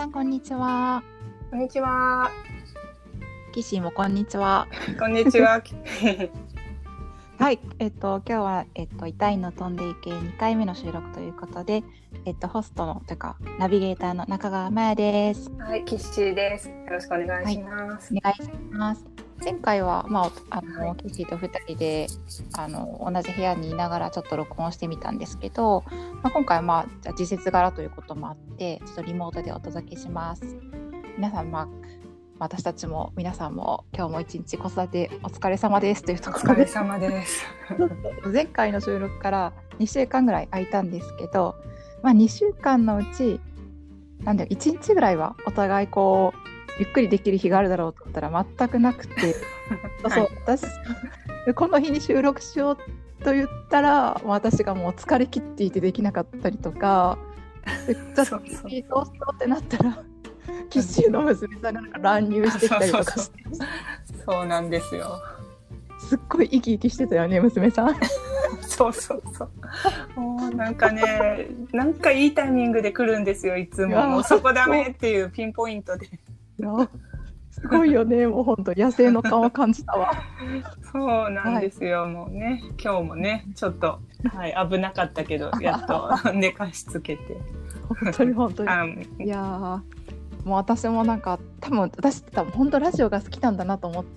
んこんにちは。 こんにちは。 キッシーもこんにちは。 こんにちは。 はい、今日は痛いの飛んでいけ2回目の収録ということで、ホストのというかナビゲーターの中川真也です。 はい、キッシーです。よろしくお願いします。 お願いします。前回はキッシーと2人で同じ部屋にいながらちょっと録音してみたんですけど、今回はじゃあ時節柄ということもあってちょっとリモートでお届けします。皆さん私たちも皆さんも今日も一日子育てお疲れ様ですというところで、 お疲れ様です。 前回の収録から2週間ぐらい空いたんですけど、2週間のうち1日ぐらいはお互いゆっくりできる日があるだろうと思ったら全くなくてそう、私この日に収録しようと言ったら私がもう疲れ切っていてできなかったりとか、ちょっとどうしようってなったらキッシーの娘さんが乱入してきたりとかして、 そうなんですよ。 すっごい生き生きしてたよね、娘さん。 そう。もうなんかいいタイミングで来るんですよ、いつも。もうそこダメっていうピンポイントで。 すごいよね、もう本当野生の顔を感じたわ。 そうなんですよ、もうね、今日もね、ちょっと、危なかったけど、やっと寝かしつけて。 本当に。いやもう私も多分本当ラジオが好きなんだなと思って、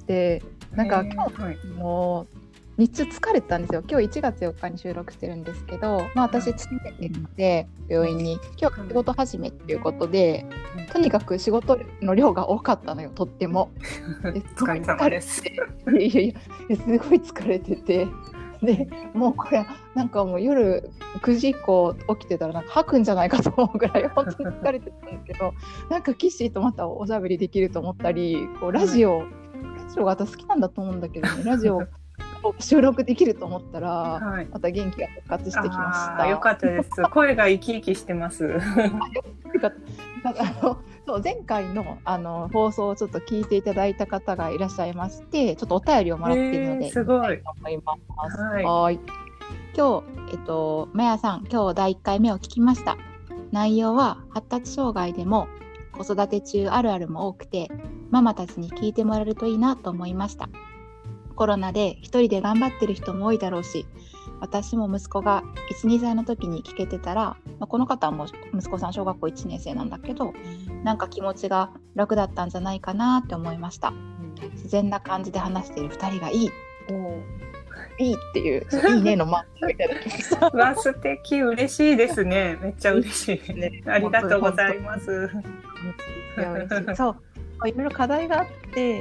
今日も日中疲れてたんですよ。今日1月4日に収録してるんですけど、私勤めてるので病院に今日仕事始めっていうことで、とにかく仕事の量が多かったのよ、とっても。 お疲れ様です。 いやすごい疲れてて、でもうこれもう夜9時以降起きてたら吐くんじゃないかと思うぐらい本当に疲れてたんですけど、キッシーとまたおしゃべりできると思ったり、ラジオが私好きなんだと思うんだけどね、ラジオ収録できると思ったら、また元気が復活してきました。 よかったです。声が生き生きしてます。 前回の放送をちょっと聞いていただいた方がいらっしゃいまして、ちょっとお便りをもらっているので、 すごいと思います。はい。今日まやさん、今日第1回目を聞きました。内容は発達障害でも子育て中あるあるも多くて、ママたちに聞いてもらえるといいなと思いました。コロナで一人で頑張ってる人も多いだろうし、私も息子が 1,2 歳の時に聞けてたら、この方はもう息子さん小学校1年生なんだけど、気持ちが楽だったんじゃないかなって思いました。自然な感じで話している2人がいいっていういいねのマークをいただきました。 素敵、嬉しいですね。めっちゃ嬉しい、ね、ありがとうございます。 いや嬉しい。そう、いろいろ課題があって、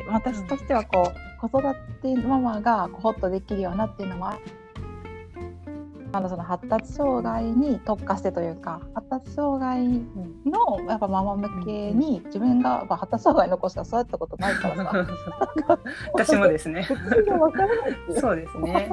私としては子育てママがホッとできるようなっていうのはその発達障害に特化してというか、発達障害のやっぱママ向けに、自分が発達障害の子しか育ったことないからさ私もですね。 分からないっていう。 そうですね。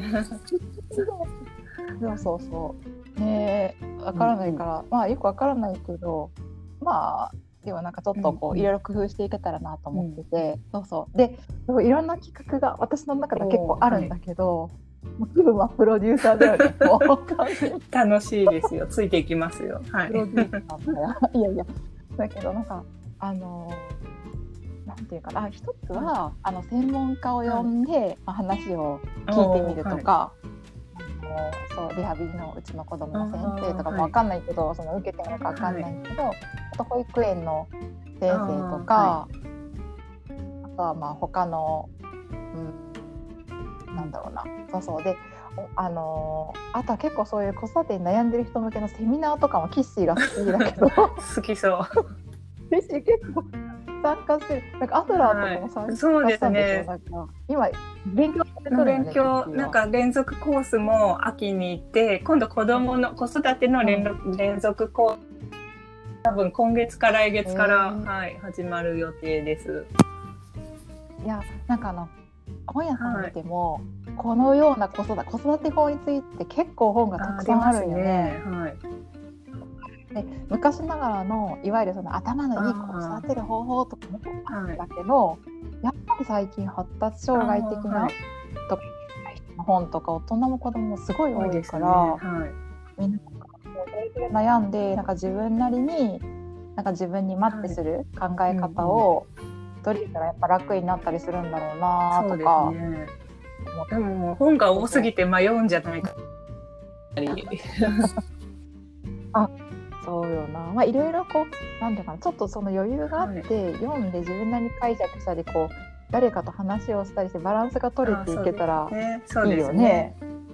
そうね、分からないから、よく分からないけど、でもちょっといろいろ工夫していけたらなと思ってて、でいろんな企画が私の中で結構あるんだけど、気分はプロデューサーだよね。もう楽しいですよ。ついていきますよ。 プロデューサーだよ。いやだけどなんていうかな、一つは専門家を呼んで、話を聞いてみるとか、リハビリのうちの子供の先生とかも分かんないけど、その受けてるのか分かんないけど、あと保育園の先生とか、あとは他のなんだろうな、であとは結構そういう子育てに悩んでる人向けのセミナーとかもキッシーが好きだけど好きそう。 キッシー結構参加してる。アドラーとかも参加したんですよ。そうですね。今勉強してるよね。 連続コースも秋に行って、今度子供の子育ての連続コース、多分今月か来月から、始まる予定です。 いや本屋さん見ても、このような子育て法について結構本がたくさんあるよね。で昔ながらのいわゆるその頭のいい子を育てる方法とかもあるんだけど、やっぱり最近発達障害的な本とか大人も子供もすごい多いから、みんな悩んで自分なりになんか自分にマッチする考え方を取り入れたらやっぱ楽になったりするんだろうなとか、 そうですね。でも本が多すぎて迷うんじゃないか。 あ、そうよな。まあいろいろこうなんていうかな、ちょっとその余裕があって、読んで自分なりに解釈したりこう誰かと話をしたりしてバランスが取れていけたらいいよね。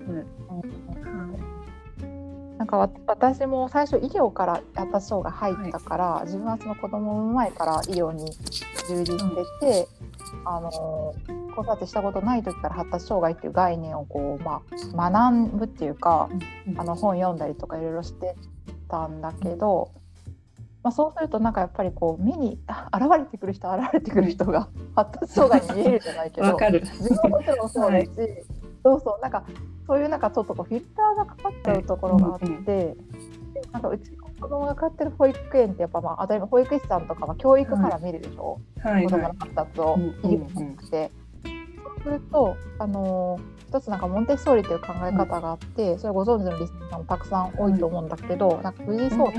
なんか私も最初医療からやった章が入ったから、自分はその子供を産む前から医療に従事してて、子育てしたことない時から発達障害っていう概念をこう、学ぶっていうか、本読んだりとかいろいろしてたんだけど、そうするとなんかやっぱりこう目に現れてくる人が発達障害に見えるじゃないけど自分ももちろんそうだし、そうなんかそういうなんかちょっとこうフィルターがかかっちゃうところがあって、なんかうちの子供が通ってる保育園ってやっぱ当たり前保育士さんとかは教育から見るでしょ、子供の発達を入り込んで、そうすると一つなんかモンテッソーリという考え方があって、それご存知のリスナーさんもたくさん多いと思うんだけど、なんか藤井聡太、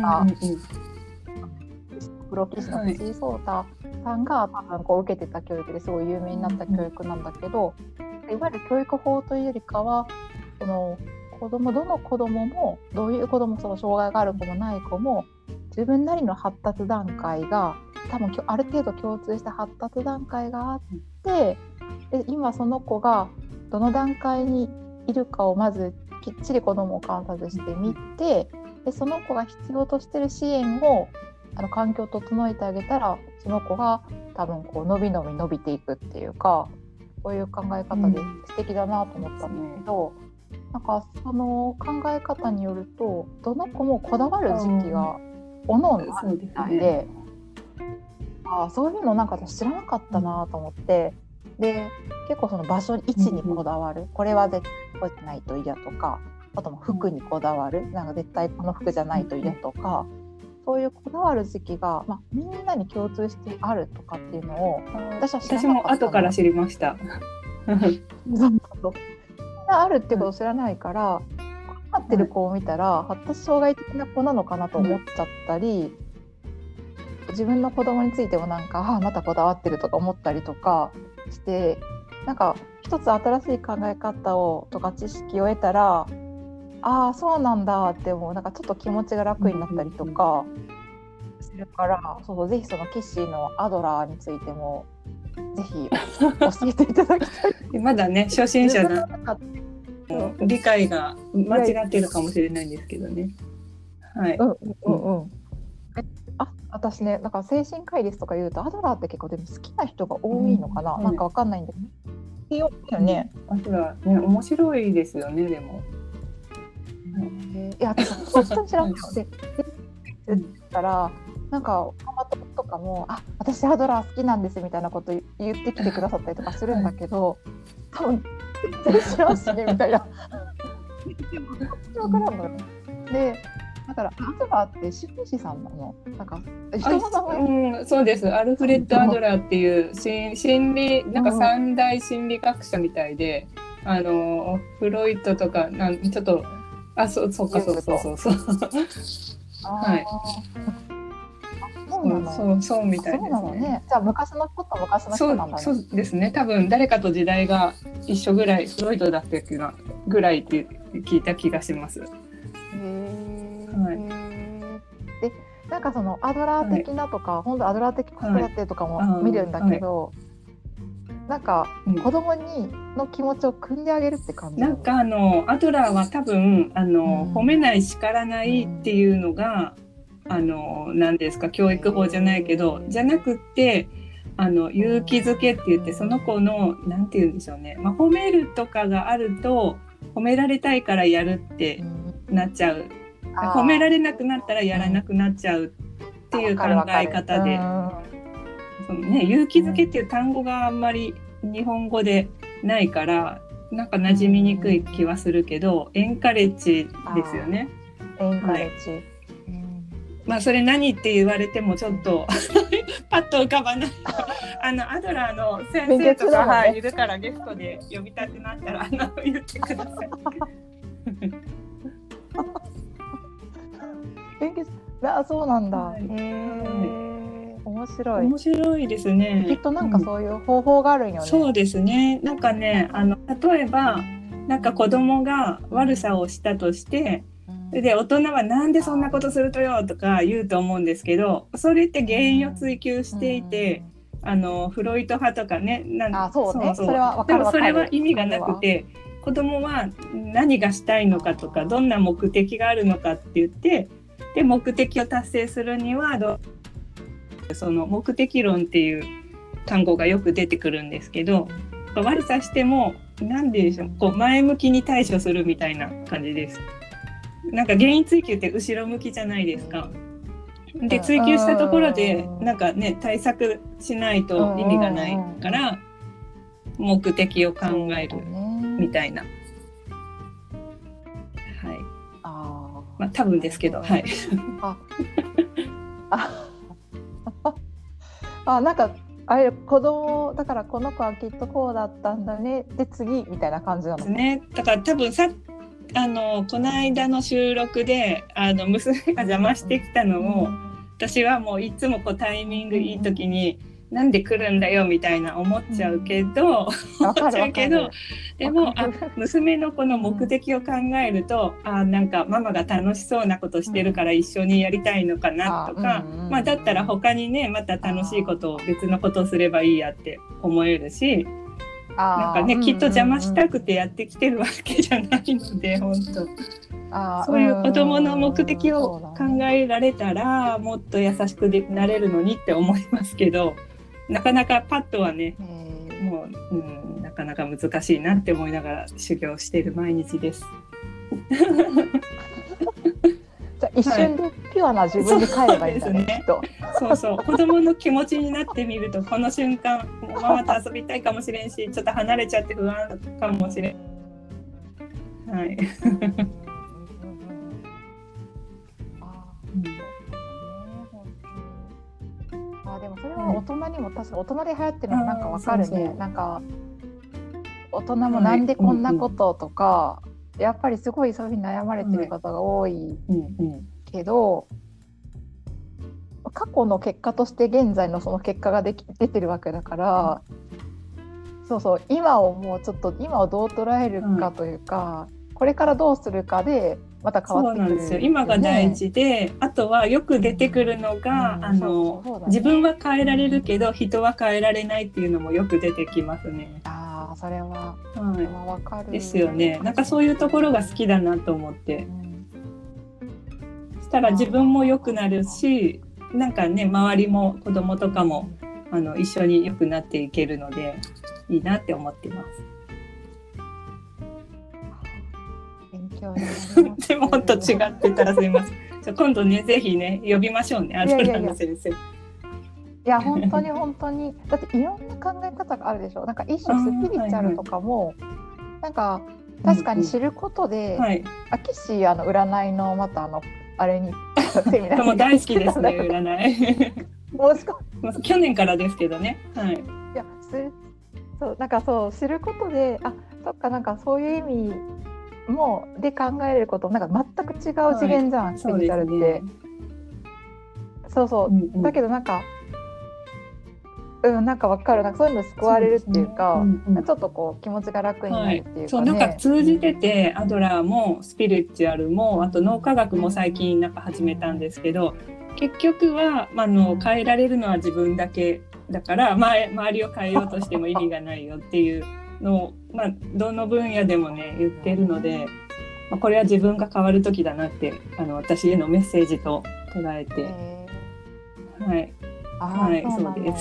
プロ棋士の藤井聡太さんが多分こう受けてた教育ですごい有名になった教育なんだけど、いわゆる教育法というよりかはそのどの子供もどういう子供、その障害がある子もない子も自分なりの発達段階が多分ある程度共通した発達段階があって、で今その子がどの段階にいるかをまずきっちり子供を観察してみて、でその子が必要としている支援を環境を整えてあげたらその子が多分こう伸びていくっていうか、そういう考え方で素敵だなと思ったんだけど、なんかその考え方によるとどの子もこだわる時期がおのおのあるみたいで、そういうのなんか私知らなかったなと思って、で結構その場所位置にこだわる、これは絶対こうじゃないと嫌とか、あとも服にこだわる、なんか絶対この服じゃないと嫌とか、そういうこだわる時期が、みんなに共通してあるとかっていうのを私も後から知りました。 あるってことを知らないから、困ってる子を見たら発達障害的な子なのかなと思っちゃったり、自分の子供についてもなんかまたこだわってるとか思ったりとかして、なんか一つ新しい考え方をとか知識を得たら、そうなんだって思う、なんかちょっと気持ちが楽になったりとかするから、ぜひそのキッシーのアドラーについてもぜひ教えていただきたい。 まだね初心者だ理解が間違っているかもしれないんですけどね。 私ね、だから精神科医ですとか言うとアドラーって結構でも好きな人が多いのかな、なんかわかんないんだけど、いいよね。 アドラーね面白いですよね。でもいや私本当に知らないので言ったらなんかママ友とかも私アドラー好きなんですみたいなこと言ってきてくださったりとかするんだけど、多分全然知らんしねみたいな分からんのよ。でだからアドラーって心理師さんなの？なんか人の名前、 そうです。アルフレッド・アドラーっていう心理なんか三大心理学者みたいで、フロイトとかちょっとそうはいそうみたいですね。 じゃあ昔の人なんだね。 そうですね。多分誰かと時代が一緒ぐらい、フロイトだったぐらいって聞いた気がします。 でなんかそのアドラー的なとか、本当アドラー的子育てとかも見るんだけど、なんか子供の気持ちを汲んであげるって感じ。 なんかアドラーは多分褒めない叱らないっていうのが、何ですか、教育法じゃないけどじゃなくって勇気づけって言って、その子のなんて言うんでしょうね、褒めるとかがあると褒められたいからやるってなっちゃう、褒められなくなったらやらなくなっちゃうっていう考え方で、勇気づけっていう単語があんまり日本語でないからなんか馴染みにくい気はするけど、エンカレッジですよね。 エンカレッジ、 それ何って言われてもちょっとパッと浮かばないアドラーの先生とか、いるからゲストで呼びたくなったら言ってください。 あ、そうなんだ。 はい面白い。 面白いですね。 きっとなんかそういう方法があるんよね。 そうですね。なんかね、例えばなんか子供が悪さをしたとして、で大人はなんでそんなことするとよとか言うと思うんですけど、それって原因を追求していて、フロイト派とかね、 そうね、それは分かる。 でもそれは意味がなくて、子供は何がしたいのかとかどんな目的があるのかって言って、で目的を達成するにはその目的論っていう単語がよく出てくるんですけど、悪さしても何でしょう、こう前向きに対処するみたいな感じです。なんか原因追求って後ろ向きじゃないですか。で追求したところでなんかね対策しないと意味がないから目的を考えるみたいな。はい。まあ多分ですけど、はい。 なんかあれ子供だからこの子はきっとこうだったんだねで次みたいな感じなのですね。だから多分この間の収録で娘が邪魔してきたのを、私はもういつもこうタイミングいい時に、なんで来るんだよみたいな思っちゃうけど、でも娘のこの目的を考えると、なんかママが楽しそうなことしてるから一緒にやりたいのかなとか、まあだったら他にねまた楽しいことを別のことをすればいいやって思えるし、なんかねきっと邪魔したくてやってきてるわけじゃないので、本当そういう子どもの目的を考えられたらもっと優しくなれるのにって思いますけど、なかなかパッとはねもう、なかなか難しいなって思いながら修行している毎日です。 じゃ一瞬でピュアな自分に帰ればいいんだね、きっと。 そうそう、子供の気持ちになってみるとこの瞬間もうママと遊びたいかもしれんし、ちょっと離れちゃって不安かもしれん。はい。 でもそれは大人にも確か大人で流行ってるのはなんかわかるね。なんか大人もなんでこんなこととか、やっぱりすごいそういうふうに悩まれてる方が多いけど、過去の結果として現在のその結果が出てるわけだから、そうそう、今をもうちょっと今をどう捉えるかというか、これからどうするかでまた変わってくる、 そうなんですよ。今が大事で、あとはよく出てくるのが、自分は変えられるけど人は変えられないっていうのもよく出てきますね。 それはわかるですよね。なんかそういうところが好きだなと思って、そしたら自分も良くなるし、なんかね周りも子供とかも一緒に良くなっていけるのでいいなって思ってます。でももっと違ってたらすいません。じゃ今度ねぜひね呼びましょうね、アドラーの先生。いや本当に本当に、だっていろんな考え方があるでしょ。なんか一種スピリチュアルとかも、なんか確かに知ることで、キシ占いのまたあれにセミナーも大好きですね占い。去年からですけどね。はい。いやそうなんかそう知ることで、そっか、なんかそういう意味もで考えることなんか全く違う次元じゃん、スピリチュアルって。そうそう、だけどなんかなんか分かる、なんかそういうの救われるっていうか、ちょっとこう気持ちが楽になるっていうかね。 そうなんか通じてて、アドラーもスピリチュアルもあと脳科学も最近なんか始めたんですけど、結局は、変えられるのは自分だけだから、周りを変えようとしても意味がないよっていうのを、どの分野でもね言ってるので、これは自分が変わる時だなって私へのメッセージと捉えて、はい、そうです。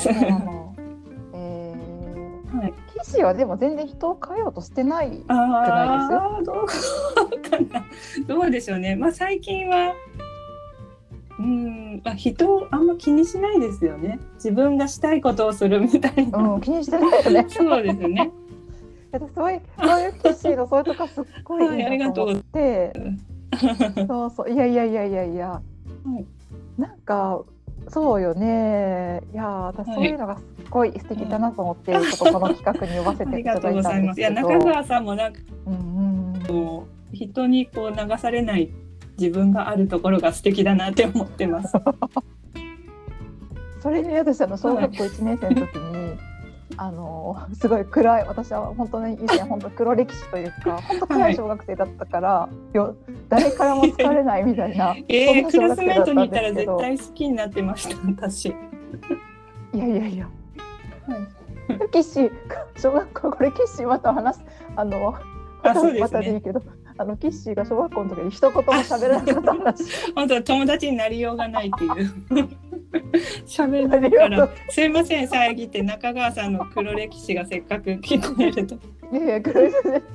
キシはでも全然人を変えようとしてないくないです？どうでしょうね。最近は人をあんま気にしないですよね。自分がしたいことをするみたいな。 気にしてないよね。 そうですね。 そういうキシのそういうとこすっごいいいなと思って。そういや、なんかそうよね。いや私そういうのがすっごい素敵だなと思って、この企画に呼ばせていただいたんですけど。 中川さんもなんか、人にこう流されない自分があるところが素敵だなって思ってます。 それに私小学校1年生の時に、すごい暗い、私は本当に以前本当黒歴史というか本当暗い小学生だったから、誰からも疲れないみたいな、 クラスメートにいたら絶対好きになってました私。いや、キッシー小学校、これキッシーまた話すそうですね、 またでいいけど、キッシーが小学校の時に一言も喋らなかった話。 本当友達になりようがないっていう喋らないからすいません、遮って中川さんの黒歴史がせっかく聞こえると。 いや黒歴史違う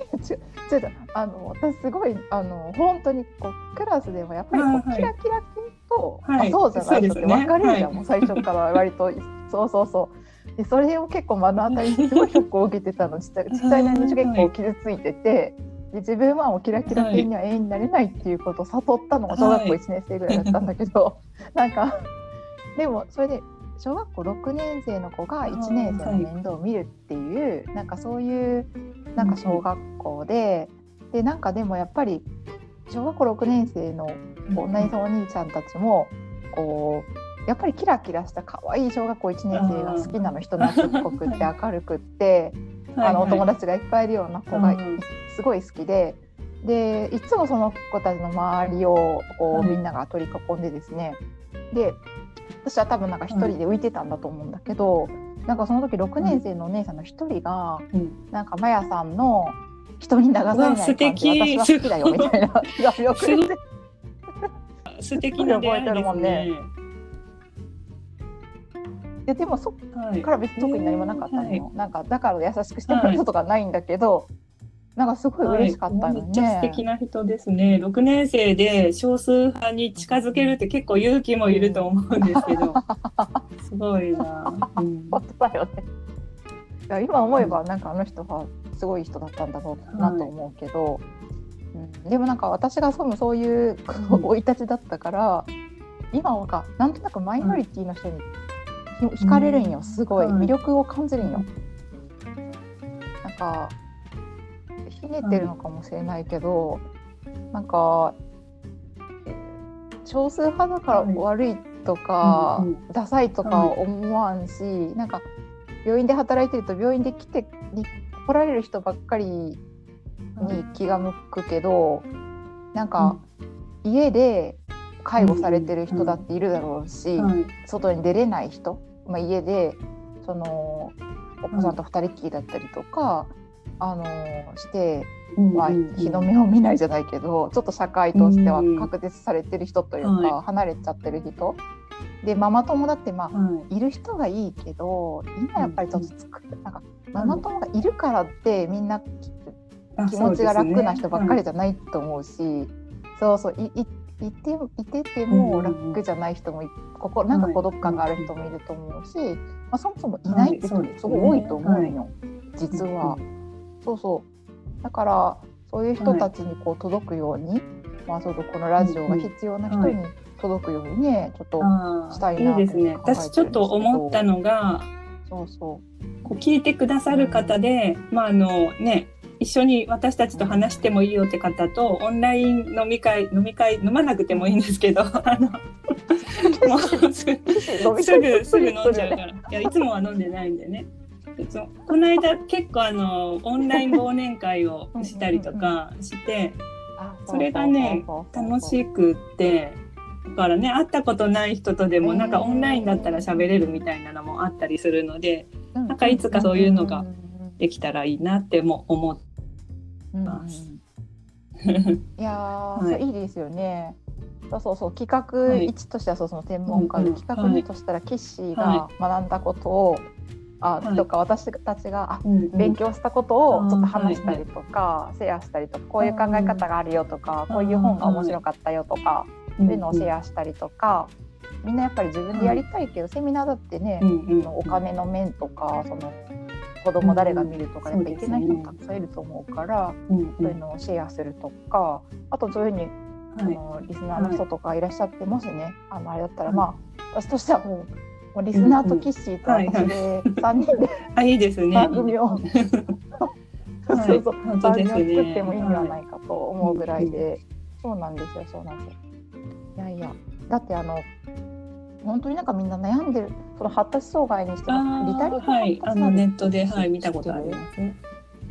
私すごい本当にこうクラスでもやっぱりキラキラ系と、そうじゃない人って分かれるじゃん、もう最初から割とそうで、それを結構目の当たりにすごいショックを受けてたの。実際に結構傷ついてて、で自分はもうキラキラ系には永遠になれないっていうことを悟ったのが小学校1年生ぐらいだったんだけど、なんかでもそれで小学校6年生の子が1年生の面倒を見るっていう、なんかそういうなんか小学校で、なんかでもやっぱり小学校6年生の同じお兄ちゃんたちもこうやっぱりキラキラした可愛い小学校1年生が好きなの、人懐っこくって明るくってお友達がいっぱいいるような子がすごい好きで、いつもその子たちの周りをこうみんなが取り囲んでですね、で私は多分なんか一人で浮いてたんだと思うんだけど、なんかその時6年生のお姉さんの一人が、なんかマヤさんの人に流されない感じ、私は好きだよみたいな手紙をくれて素敵な出会いですね。 でもそっから別に特に何もなかったのよ、なんかだから優しくしてもらったとかないんだけど、なんかすごい嬉しかったのね。 めっちゃ素敵な人ですね。6年生で少数派に近づけるって結構勇気もいると思うんですけど、すごいな。 本当だよね。いや今思えばなんかあの人はすごい人だったんだろうなと思うけど、でもなんか私がそういう生い立ちだったから、今はなんとなくマイノリティの人に惹かれるんよ、すごい魅力を感じるんよ。なんかひねってるのかもしれないけど、なんか少数派だから悪いとか、ダサいとか思わんし、なんか病院で働いてると病院で来られる人ばっかりに気が向くけど、なんか家で介護されてる人だっているだろうし、外に出れない人、家でそのお子さんと二人っきりだったりとかして、日の目を見ないじゃないけど、ちょっと社会としては隔絶されてる人というか、離れちゃってる人で、ママ友だっている人がいいけど、今やっぱりちょっとなんかママ友がいるからってみんな気持ちが楽な人ばっかりじゃないと思うし、いてても楽じゃない人もなんか孤独感がある人もいると思うし、そもそもいないって人もすごい多いと思うよ、実は。だからそういう人たちにこう届くように、このラジオが必要な人に届くようにね、ちょっとしたいなと考えてるんですけど。いいですね。 私ちょっと思ったのが、こう聞いてくださる方で、一緒に私たちと話してもいいよって方とオンライン飲み会飲まなくてもいいんですけど、もうすぐ飲んじゃうから、いつもは飲んでないんでね。この間結構オンライン忘年会をしたりとかしてそれがね楽しくって、だからね、会ったことない人とでもなんかオンラインだったら喋れるみたいなのもあったりするので、なんかいつかそういうのができたらいいなっても思ってます。 いや、いいですよね。企画1としてはその天文会、企画2としたらキッシーが学んだことを、とか私たちが勉強したことをちょっと話したりとか、シェアしたりとか、こういう考え方があるよとか、こういう本が面白かったよとか、そういうのをシェアしたりとか、みんなやっぱり自分でやりたいけど、セミナーだってね、お金の面とか、その子供誰が見るとかやっぱいけない人もたくさんいると思うから、そういうのをシェアするとか、あとそういうふうにリスナーの人とかいらっしゃって、もしねあれだったら、私としてはもうリスナーとキッシーと私で3人でいいですね、 番組を番組を作ってもいいんではないかと思うぐらいで、 そうなんですよ。いやいや、だって本当になんかみんな悩んでる、その発達障害にしてもリタリーはい、 発達ナビネットで、 知ってる？ 見たことありますね。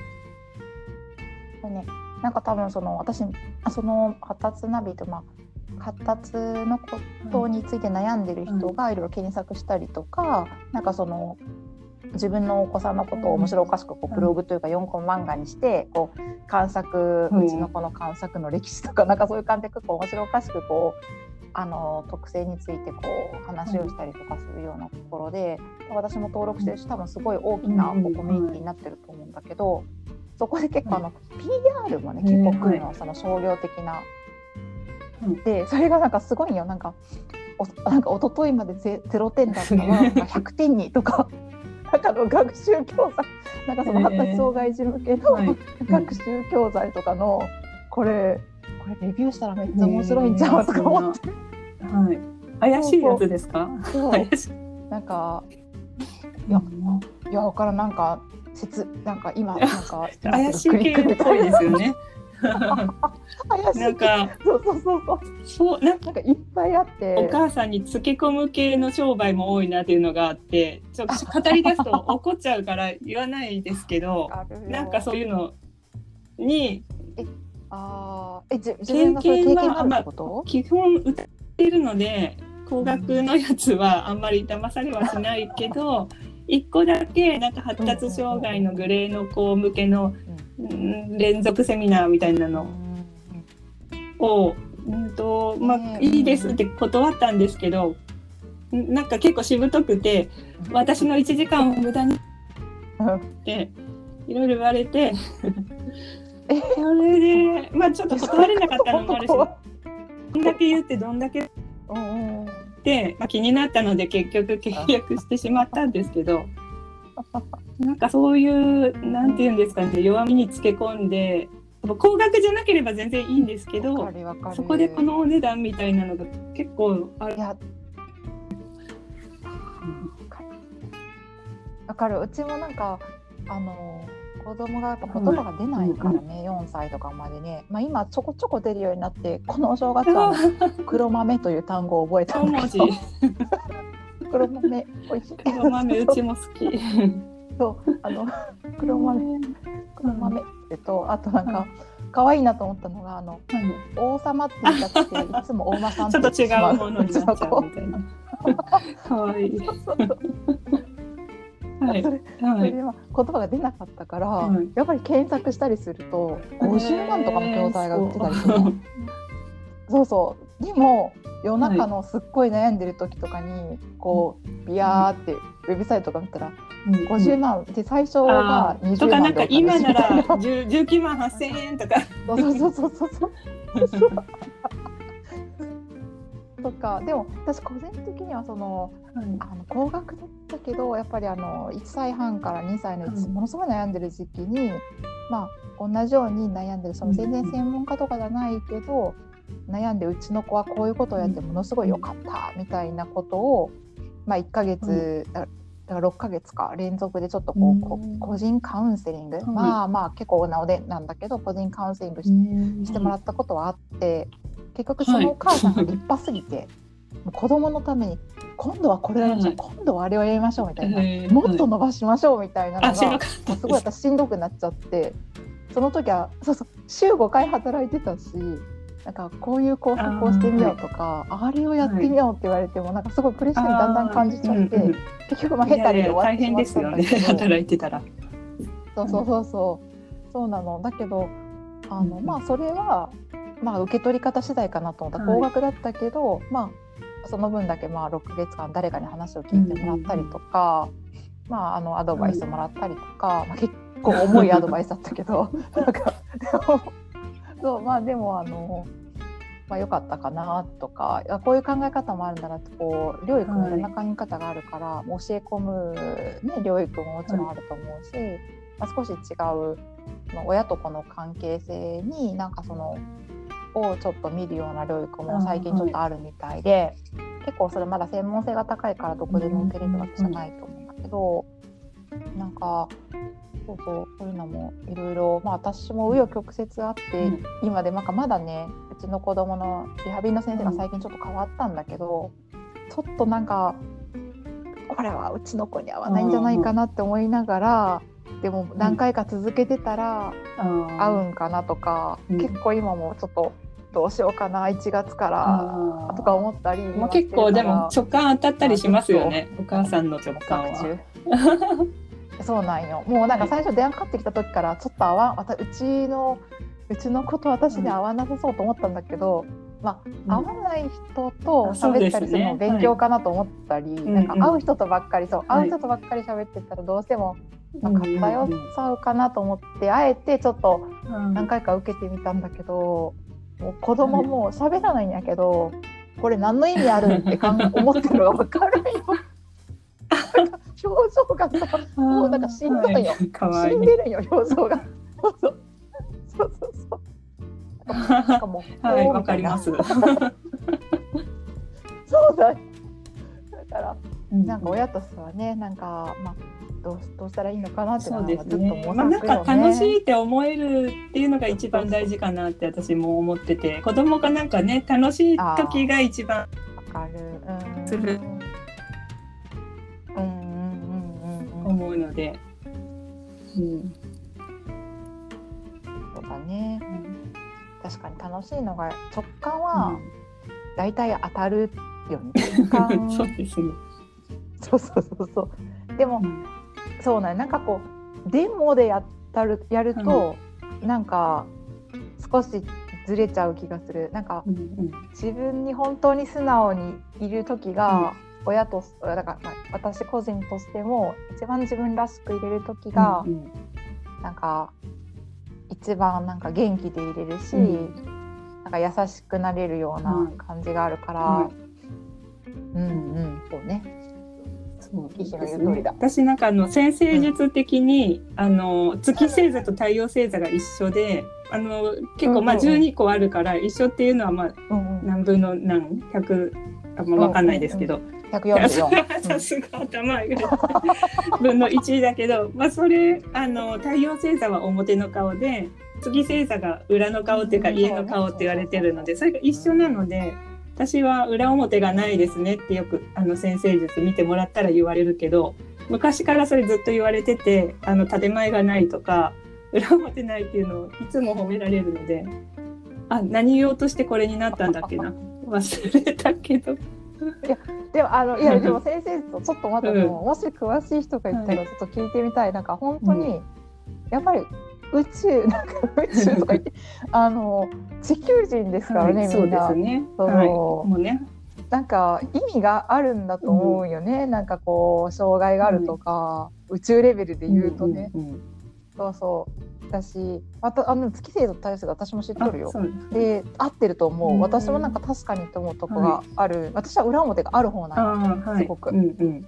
ね、なんか多分私その発達ナビと、発達のことについて悩んでる人がいろいろ検索したりとか、なんか自分のお子さんのことを面白おかしくブログというか4コマ漫画にしてうちの子の観察の歴史とか、なんかそういう感じで面白おかしく特性について話をしたりとかするようなところで、私も登録してるし、多分すすごい大きなコミュニティになってると思うんだけど、そこで結構PR もね結構来るの、その商業的な。でそれがなんかすごいよ、なんか一昨日まで0点だったのが100点にとかなんか学習教材、なんかその発達障害児向けの学習教材とかのこれレビューしたらめっちゃ面白いんちゃうとか思って、 怪しいやつですか？ なんかいやわからん、なんか今怪しい系っぽいですよね。なんかそうなんかいっぱいあって、 お母さんにつけ込む系の商売も多いなっていうのがあって、ちょっと語り出すと怒っちゃうから言わないですけどなんかそういうのに経験は基本歌ってるので、高額のやつはあんまり騙されはしないけど、一個だけなんか発達障害のグレーの子向けの連続セミナーみたいなのをいいですって断ったんですけど、なんか結構しぶとくて、私の1時間を無駄にっていろいろ言われてそれでちょっと断れなかったのもあるし、どんだけ言ってどんだけで、気になったので結局契約してしまったんですけど、なんかそういうなんていうんですかね、弱みにつけ込んで、高額じゃなければ全然いいんですけど、そこでこのお値段みたいなのが結構ある。 わかる。うちもなんか子供がやっぱ言葉が出ないからね、4歳とかまでね、今ちょこちょこ出るようになって、このお正月は黒豆という単語を覚えたんだけど黒豆おいしい。 黒豆うちも好き。 そう黒豆あとなんか可愛いなと思ったのが王様って言ったっていつも大間さんってちょっと違うものになっちゃうみたいな。可愛い。 それで言葉が出なかったから、やっぱり検索したりすると50万とかの教材が売ってたりするの。そうでも夜中のすっごい悩んでる時とかにビヤーってウェブサイトとか見たら50万で、最初が20万とか、 なんか今なら19万8000円とかそうとか。でも私個人的には高額だったけど、やっぱり1歳半から2歳のうちものすごい悩んでる時期に、同じように悩んでる、全然専門家とかじゃないけど悩んで、うちの子はこういうことをやってものすごい良かったみたいなことを、1ヶ月、だから6ヶ月か連続でちょっと個人カウンセリング、結構なおでなんだけど個人カウンセリングしてもらったことはあって、結局そのお母さんが立派すぎて、子供のために今度はこれをやりましょう、今度はあれをやりましょうみたいな、もっと伸ばしましょうみたいなのがすごい私しんどくなっちゃって、その時は週5回働いてたし、なんかこういう工作をしてみようとか、あれをやってみようって言われても、なんかすごいプレッシャーにだんだん感じちゃって、結局下手に終わってしまったんだけど。 大変ですよね、働いてたら。 そうなの。だけどそれは受け取り方次第かなと思った。高額だったけど、その分だけ6ヶ月間誰かに話を聞いてもらったりとか、アドバイスもらったりとか、結構重いアドバイスだったけどなんかでも良かったかなとか、こういう考え方もあるんだなって、療育もいろんな考え方があるから、教え込む、療育ももちろんあると思うし、少し違う親と子の関係性になんかをちょっと見るような療育も最近ちょっとあるみたいで、結構それまだ専門性が高いからどこでも受けれるわけじゃないと思うんだけど、なんかそういうのもいろいろ、私も紆余曲折あって、今でまだね、うちの子供のリハビリの先生が最近ちょっと変わったんだけど、ちょっとなんかこれはうちの子に合わないんじゃないかなって思いながら、でも何回か続けてたら合うんかなとか、結構今もちょっとどうしようかな1月からとか思ったり、 結構でも直感当たったりしますよね、お母さんの直感は。 そうなんよ。もうなんか最初電話かかってきた時からちょっとうちの子と私で合わなさそうと思ったんだけど、合わない人と喋ったりするのも勉強かなと思ったり、なんか会う人とばっかり喋ってたらどうしても偏っちゃうかなと思って、あえてちょっと何回か受けてみたんだけど、もう子供も喋らないんやけど、これ何の意味あるって思ってるのが分かるよ。表情がさ、もうなんかしんどいよ。死んでるよ、表情が。そうなんかもう、 はい、わかります。 そうだ。だから、なんか親としてはね、なんかどうしたらいいのかなっていうのはずっと模索よね。 なんか楽しいって思えるっていうのが一番大事かなって私も思ってて、子供がなんかね、楽しい時が一番する思うので、 そうだね。確かに楽しいのが直感はだいたい当たるよね。 そうですね。 そうでも、そうなん、なんかこうデモでやると、なんか少しずれちゃう気がする。なんか、自分に本当に素直にいる時が、親とだから私個人としても一番自分らしくいれる時が、なんか一番なんか元気でいれるし、なんか優しくなれるような感じがあるから、そうね。 私なんか先生術的に、月星座と太陽星座が一緒で、結構12個あるから一緒っていうのは何分の何100分かんないですけど、 144 さすが頭が分の1だけど、それ太陽星座は表の顔で、月星座が裏の顔っていうか家の顔って言われてるので、それが一緒なので、私は裏表がないですねってよく先生術見てもらったら言われるけど、昔からそれずっと言われてて、建前がないとか裏表ないっていうのをいつも褒められるので、何言おうとしてこれになったんだっけな、忘れたけど。 でも先生とちょっとまたもし詳しい人がいたらちょっと聞いてみたい。なんか本当にやっぱり宇宙とか言って地球人ですからね、みんな。 そうですね。もうね、 なんか意味があるんだと思うよね。なんかこう障害があるとか、宇宙レベルで言うとね。私月星座と太陽星座私も知っとるよ。で合ってると思う。私もなんか確かにと思うとこがある。私は裏表がある方なんよ、すごく。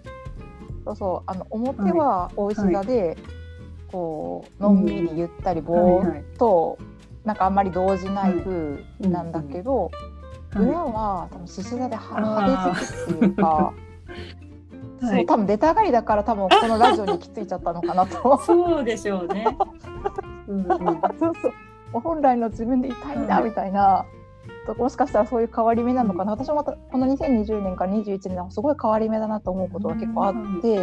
表は牡牛座で、こうのんびりゆったりぼーっと、なんかあんまり動じない風なんだけど、裏は多分獅子座で派手好きっていうか。そう多分出たがりだから多分このラジオに行き着いちゃったのかなと。 そうでしょうね。 本来の自分でいたいんだみたいな、もしかしたらそういう変わり目なのかな。私もまたこの2020年から21年はすごい変わり目だなと思うことが結構あって、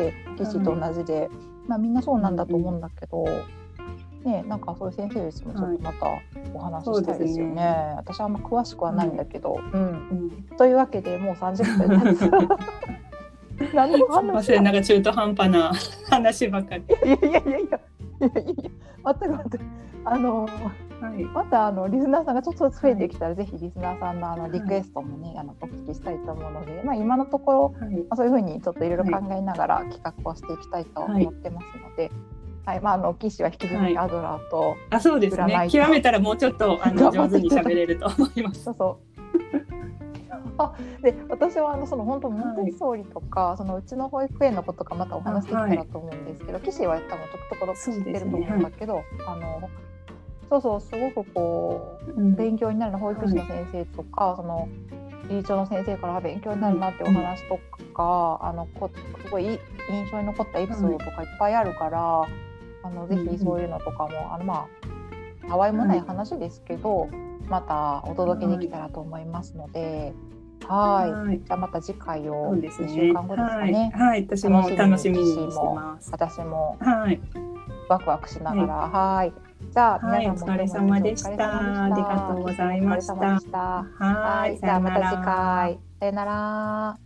騎士と同じで、みんなそうなんだと思うんだけど、なんかそういう先生ですもちょっとまたお話ししたいですよね。私はあんま詳しくはないんだけど、というわけでもう30分経つ。何の話なんか中途半端な話ばかり。 いや待ってまたリスナーさんがちょっとずつ増えてきたら、ぜひリスナーさんのリクエストもね、お聞きしたいと思うので、今のところ、そういうふうにちょっといろいろ考えながら企画をしていきたいと思ってますので、騎士は引き続きアドラーと占いと、 そうですね、極めたらもうちょっと上手に喋れると思います。 で私はその本当モンテッソーリとか、そのうちの保育園のことかまたお話できたらと思うんですけど、騎士は多分ところ知ってると思うんだけど、すごくこう、勉強になる保育士の先生とか、その理事長の先生から勉強になるなってお話とか、すごい印象に残ったエピソードとかいっぱいあるから、 ぜひそういうのとかも、たわいもない話ですけど、またお届けできたらと思いますので、はい。じゃあまた次回を2週間後ですかね。 はい、私も楽しみにしてます。 私もワクワクしながら、はい。じゃあ皆さんもお疲れ様でした。ありがとうございました。 はい。じゃあまた次回。さよなら。